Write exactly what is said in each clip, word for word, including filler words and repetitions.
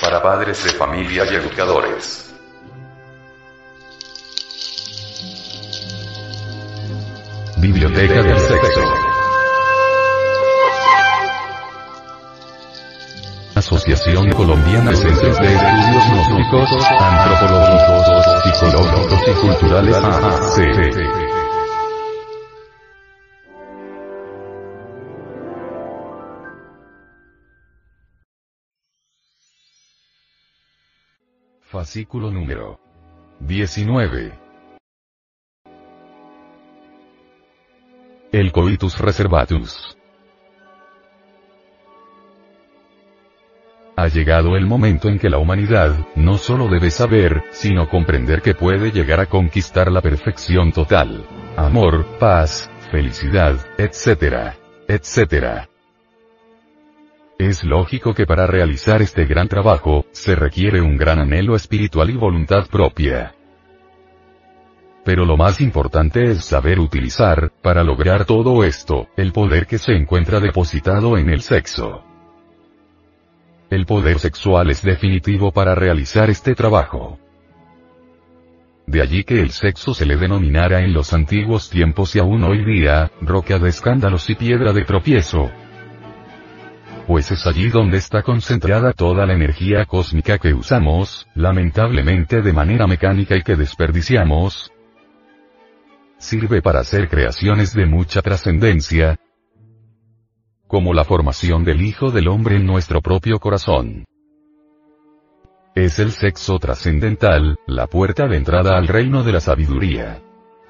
para padres de familia y educadores. Biblioteca del Sexo. Asociación Colombiana de Centros de Estudios Gnósticos, Antropológicos, Psicológicos y Culturales A C. Fascículo número diecinueve. El coitus reservatus. Ha llegado el momento en que la humanidad, no solo debe saber, sino comprender que puede llegar a conquistar la perfección total. Amor, paz, felicidad, etcétera, etcétera. Es lógico que para realizar este gran trabajo, se requiere un gran anhelo espiritual y voluntad propia. Pero lo más importante es saber utilizar, para lograr todo esto, el poder que se encuentra depositado en el sexo. El poder sexual es definitivo para realizar este trabajo. De allí que el sexo se le denominara en los antiguos tiempos y aún hoy día, roca de escándalos y piedra de tropiezo. Pues es allí donde está concentrada toda la energía cósmica que usamos, lamentablemente de manera mecánica y que desperdiciamos. Sirve para hacer creaciones de mucha trascendencia, como la formación del Hijo del Hombre en nuestro propio corazón. Es el sexo trascendental, la puerta de entrada al reino de la sabiduría.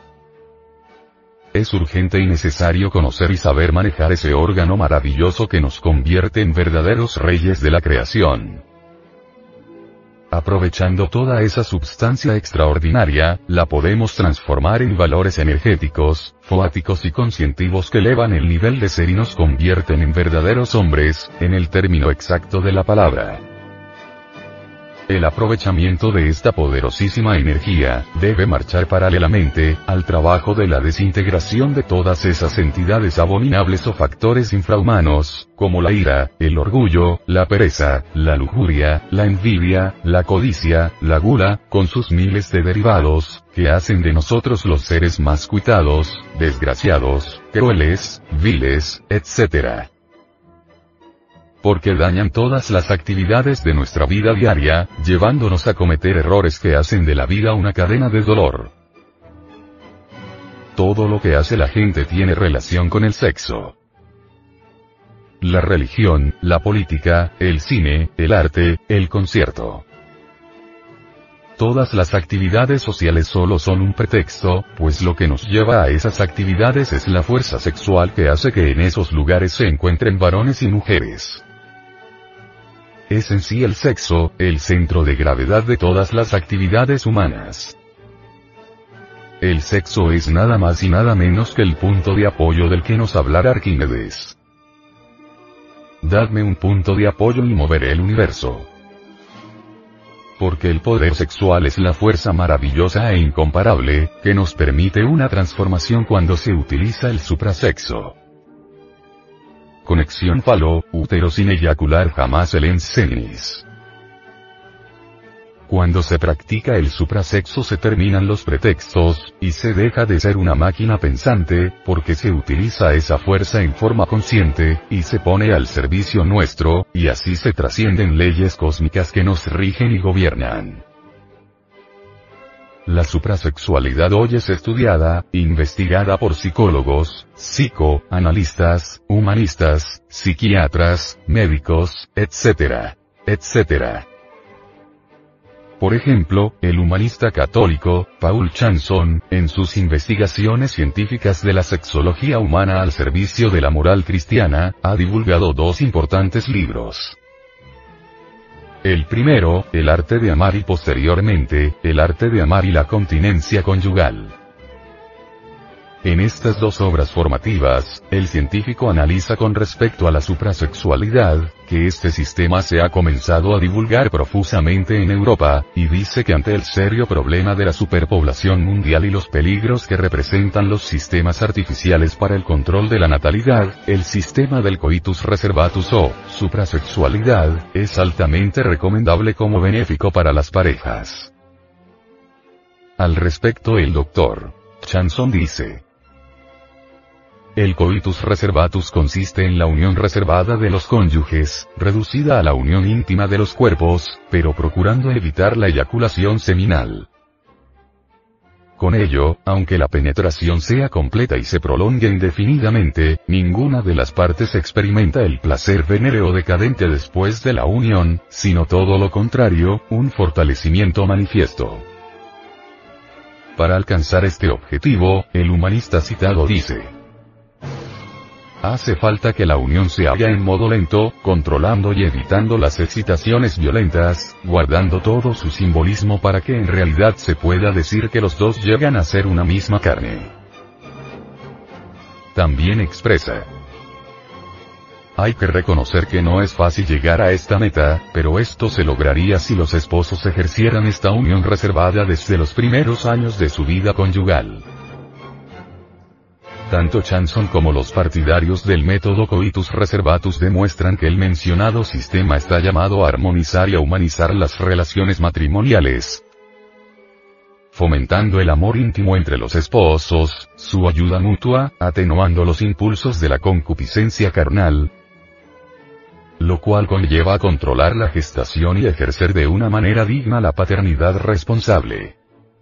Es urgente y necesario conocer y saber manejar ese órgano maravilloso que nos convierte en verdaderos reyes de la creación. Aprovechando toda esa substancia extraordinaria, la podemos transformar en valores energéticos, foáticos y conscientivos que elevan el nivel de ser y nos convierten en verdaderos hombres, en el término exacto de la palabra. El aprovechamiento de esta poderosísima energía, debe marchar paralelamente, al trabajo de la desintegración de todas esas entidades abominables o factores infrahumanos, como la ira, el orgullo, la pereza, la lujuria, la envidia, la codicia, la gula, con sus miles de derivados, que hacen de nosotros los seres más cuitados, desgraciados, crueles, viles, etcétera. Porque dañan todas las actividades de nuestra vida diaria, llevándonos a cometer errores que hacen de la vida una cadena de dolor. Todo lo que hace la gente tiene relación con el sexo. La religión, la política, el cine, el arte, el concierto. Todas las actividades sociales solo son un pretexto, pues lo que nos lleva a esas actividades es la fuerza sexual que hace que en esos lugares se encuentren varones y mujeres. Es en sí el sexo, el centro de gravedad de todas las actividades humanas. El sexo es nada más y nada menos que el punto de apoyo del que nos hablará Arquímedes. Dadme un punto de apoyo y moveré el universo. Porque el poder sexual es la fuerza maravillosa e incomparable, que nos permite una transformación cuando se utiliza el suprasexo. Conexión falo, útero sin eyacular jamás el ensenis. Cuando se practica el suprasexo se terminan los pretextos, y se deja de ser una máquina pensante, porque se utiliza esa fuerza en forma consciente, y se pone al servicio nuestro, y así se trascienden leyes cósmicas que nos rigen y gobiernan. La suprasexualidad hoy es estudiada, investigada por psicólogos, psicoanalistas, humanistas, psiquiatras, médicos, etcétera, etcétera. Por ejemplo, el humanista católico, Paul Chanson, en sus investigaciones científicas de la sexología humana al servicio de la moral cristiana, ha divulgado dos importantes libros. El primero, El arte de amar y posteriormente, El arte de amar y la continencia conyugal. En estas dos obras formativas, el científico analiza con respecto a la suprasexualidad, que este sistema se ha comenzado a divulgar profusamente en Europa, y dice que ante el serio problema de la superpoblación mundial y los peligros que representan los sistemas artificiales para el control de la natalidad, el sistema del coitus reservatus o suprasexualidad es altamente recomendable como benéfico para las parejas. Al respecto, el doctor Chanson dice: el coitus reservatus consiste en la unión reservada de los cónyuges, reducida a la unión íntima de los cuerpos, pero procurando evitar la eyaculación seminal. Con ello, aunque la penetración sea completa y se prolongue indefinidamente, ninguna de las partes experimenta el placer venéreo decadente después de la unión, sino todo lo contrario, un fortalecimiento manifiesto. Para alcanzar este objetivo, el humanista citado dice: hace falta que la unión se haga en modo lento, controlando y evitando las excitaciones violentas, guardando todo su simbolismo para que en realidad se pueda decir que los dos llegan a ser una misma carne. También expresa: hay que reconocer que no es fácil llegar a esta meta, pero esto se lograría si los esposos ejercieran esta unión reservada desde los primeros años de su vida conyugal. Tanto Chanson como los partidarios del método coitus reservatus demuestran que el mencionado sistema está llamado a armonizar y a humanizar las relaciones matrimoniales, fomentando el amor íntimo entre los esposos, su ayuda mutua, atenuando los impulsos de la concupiscencia carnal, lo cual conlleva a controlar la gestación y ejercer de una manera digna la paternidad responsable.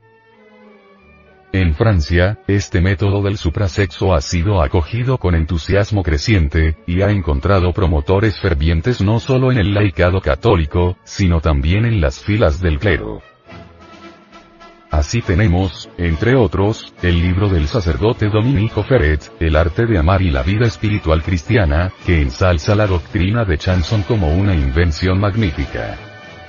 En Francia, este método del suprasexo ha sido acogido con entusiasmo creciente, y ha encontrado promotores fervientes no solo en el laicado católico, sino también en las filas del clero. Así tenemos, entre otros, el libro del sacerdote Dominico Ferret, El arte de amar y la vida espiritual cristiana, que ensalza la doctrina de Chanson como una invención magnífica.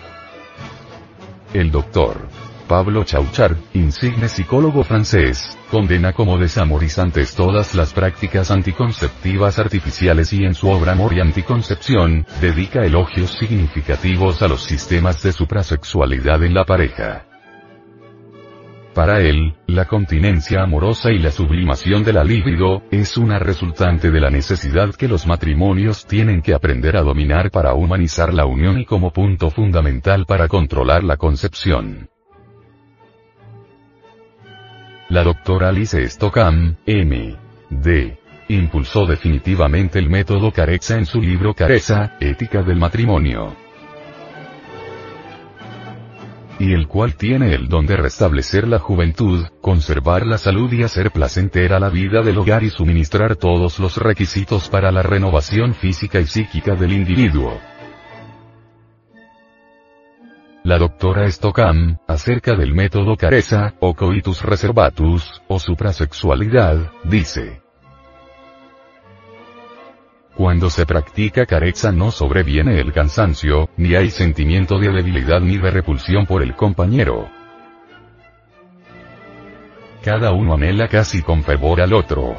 El doctor Pablo Chauchard, insigne psicólogo francés, condena como desamorizantes todas las prácticas anticonceptivas artificiales y en su obra Amor y Anticoncepción, dedica elogios significativos a los sistemas de suprasexualidad en la pareja. Para él, la continencia amorosa y la sublimación de la libido, es una resultante de la necesidad que los matrimonios tienen que aprender a dominar para humanizar la unión y como punto fundamental para controlar la concepción. La doctora Alice Stockham, M D, impulsó definitivamente el método Carezza en su libro Carezza, Ética del Matrimonio, y el cual tiene el don de restablecer la juventud, conservar la salud y hacer placentera la vida del hogar y suministrar todos los requisitos para la renovación física y psíquica del individuo. La doctora Stockham, acerca del método Carezza, o coitus reservatus, o suprasexualidad, dice: cuando se practica Carezza no sobreviene el cansancio, ni hay sentimiento de debilidad ni de repulsión por el compañero. Cada uno anhela casi con fervor al otro.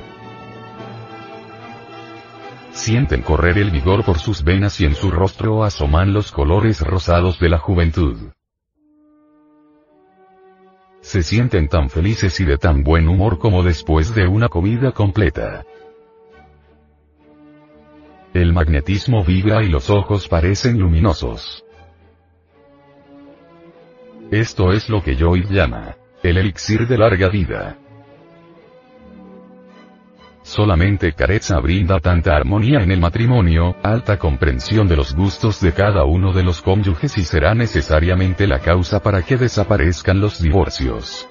Sienten correr el vigor por sus venas y en su rostro asoman los colores rosados de la juventud. Se sienten tan felices y de tan buen humor como después de una comida completa. El magnetismo vibra y los ojos parecen luminosos. Esto es lo que Joyce llama el elixir de larga vida. Solamente Carezza brinda tanta armonía en el matrimonio, alta comprensión de los gustos de cada uno de los cónyuges y será necesariamente la causa para que desaparezcan los divorcios.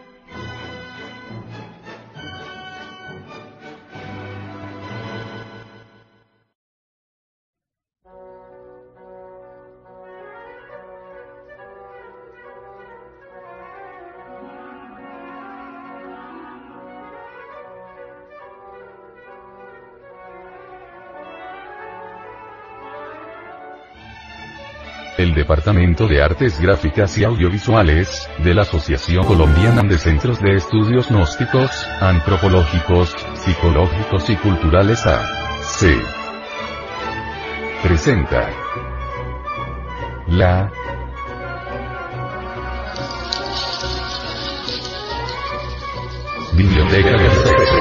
el Departamento de Artes Gráficas y Audiovisuales, de la Asociación Colombiana de Centros de Estudios Gnósticos, Antropológicos, Psicológicos y Culturales A C presenta la Biblioteca del Sexo.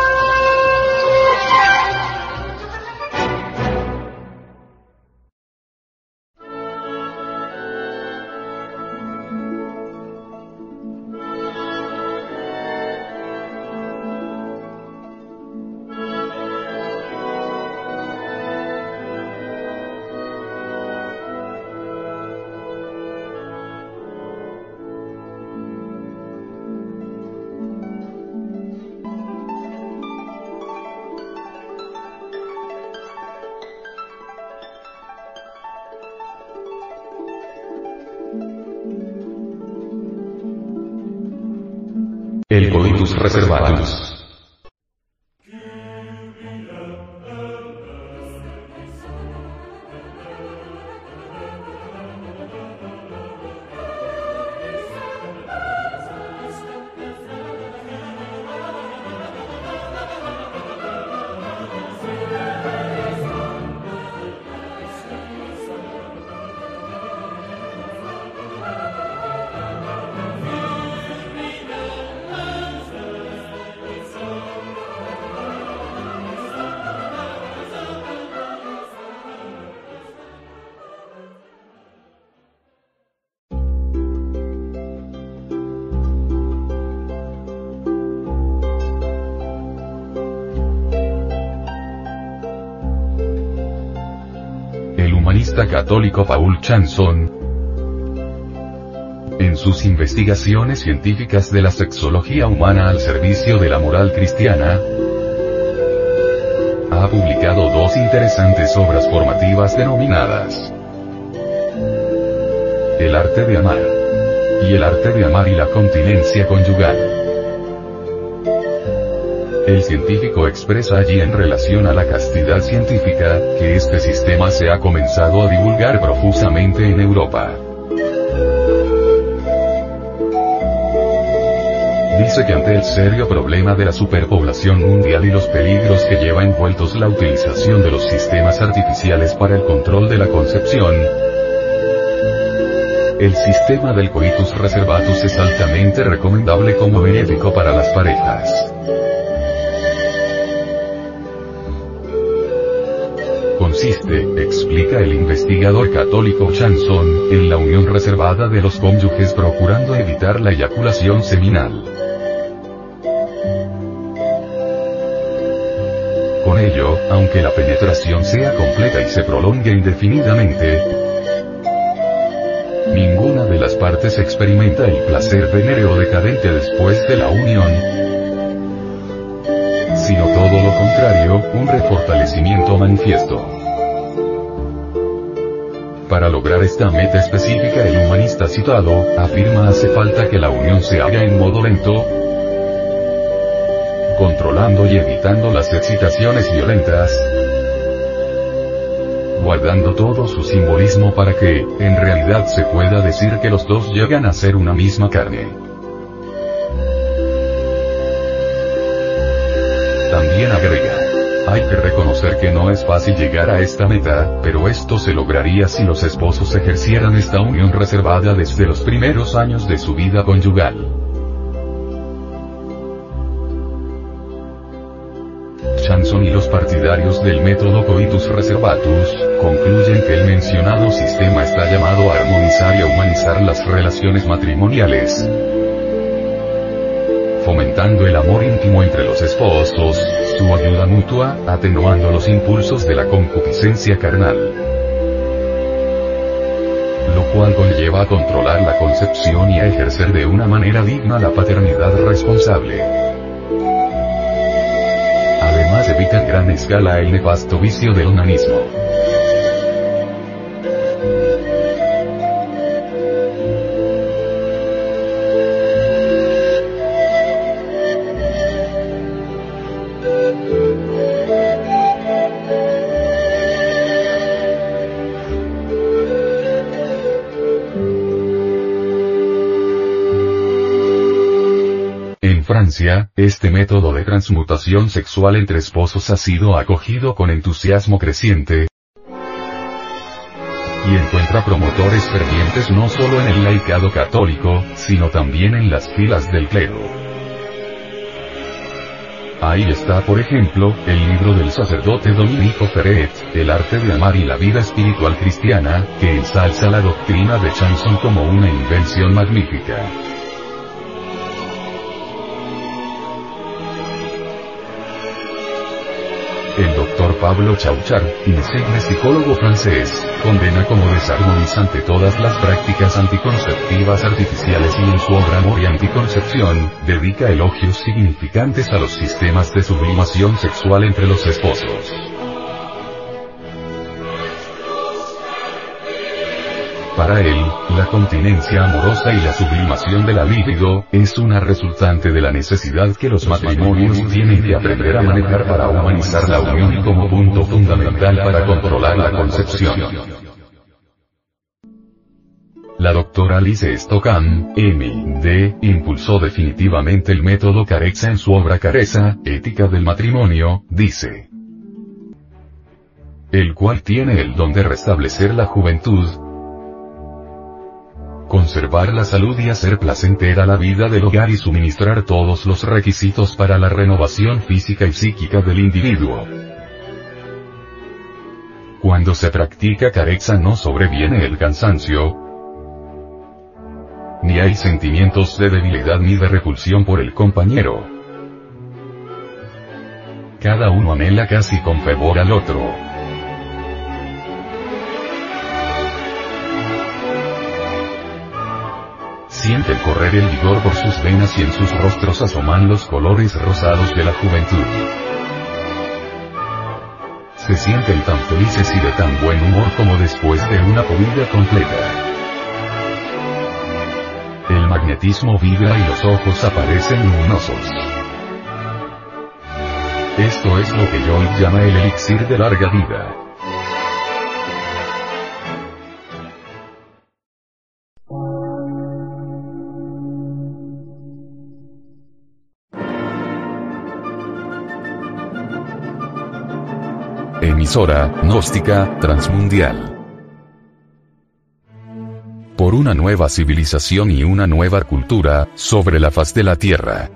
El coitus reservatus. El humanista católico Paul Chanson, en sus investigaciones científicas de la sexología humana al servicio de la moral cristiana, ha publicado dos interesantes obras formativas denominadas El arte de amar y El arte de amar y la continencia conyugal. El científico expresa allí en relación a la castidad científica, que este sistema se ha comenzado a divulgar profusamente en Europa. Dice que ante el serio problema de la superpoblación mundial y los peligros que lleva envueltos la utilización de los sistemas artificiales para el control de la concepción, el sistema del coitus reservatus es altamente recomendable como benéfico para las parejas. Consiste, explica el investigador católico Chanson, en la unión reservada de los cónyuges procurando evitar la eyaculación seminal. Con ello, aunque la penetración sea completa y se prolongue indefinidamente, ninguna de las partes experimenta el placer venéreo decadente después de la unión, sino todo lo contrario, un refortalecimiento manifiesto. Para lograr esta meta específica, el humanista citado, afirma hace falta que la unión se haga en modo lento, controlando y evitando las excitaciones violentas, guardando todo su simbolismo para que, en realidad se pueda decir que los dos llegan a ser una misma carne. También agrega, hay que reconocer que no es fácil llegar a esta meta, pero esto se lograría si los esposos ejercieran esta unión reservada desde los primeros años de su vida conyugal. Chanson y los partidarios del método coitus reservatus, concluyen que el mencionado sistema está llamado a armonizar y a humanizar las relaciones matrimoniales, fomentando el amor íntimo entre los esposos, su ayuda mutua, atenuando los impulsos de la concupiscencia carnal, lo cual conlleva a controlar la concepción y a ejercer de una manera digna la paternidad responsable. Además evita en gran escala el nefasto vicio del onanismo. Francia, este método de transmutación sexual entre esposos ha sido acogido con entusiasmo creciente, y encuentra promotores fervientes no solo en el laicado católico, sino también en las filas del clero. Ahí está, por ejemplo, el libro del sacerdote Dominico Ferret, El arte de amar y la vida espiritual cristiana, que ensalza la doctrina de Chanson como una invención magnífica. El doctor Pablo Chauchard, insigne psicólogo francés, condena como desarmonizante todas las prácticas anticonceptivas artificiales y en su obra Amor y Anticoncepción, dedica elogios significantes a los sistemas de sublimación sexual entre los esposos. Para él, la continencia amorosa y la sublimación de la libido, es una resultante de la necesidad que los matrimonios tienen de aprender a manejar para humanizar la unión como punto fundamental para controlar la concepción. La doctora Alice Stockham, M D, impulsó definitivamente el método Carezza en su obra Carezza, Ética del Matrimonio, dice, el cual tiene el don de restablecer la juventud, conservar la salud y hacer placentera la vida del hogar y suministrar todos los requisitos para la renovación física y psíquica del individuo. Cuando se practica Carezza no sobreviene el cansancio, ni hay sentimientos de debilidad ni de repulsión por el compañero. Cada uno anhela casi con fervor al otro. Siente correr el vigor por sus venas y en sus rostros asoman los colores rosados de la juventud. Se sienten tan felices y de tan buen humor como después de una comida completa. El magnetismo vibra y los ojos aparecen luminosos. Esto es lo que Joyce llama el elixir de larga vida. Emisora gnóstica transmundial. Por una nueva civilización y una nueva cultura sobre la faz de la Tierra.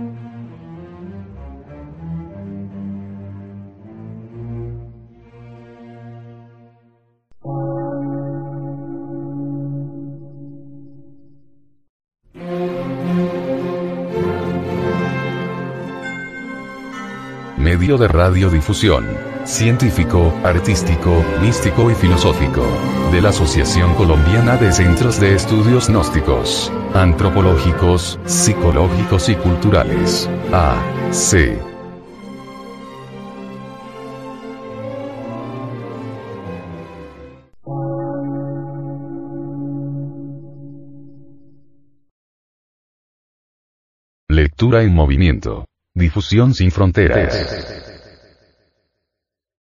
Medio de radiodifusión, científico, artístico, místico y filosófico, de la Asociación Colombiana de Centros de Estudios Gnósticos, Antropológicos, Psicológicos y Culturales, A C Lectura en movimiento. Difusión sin fronteras.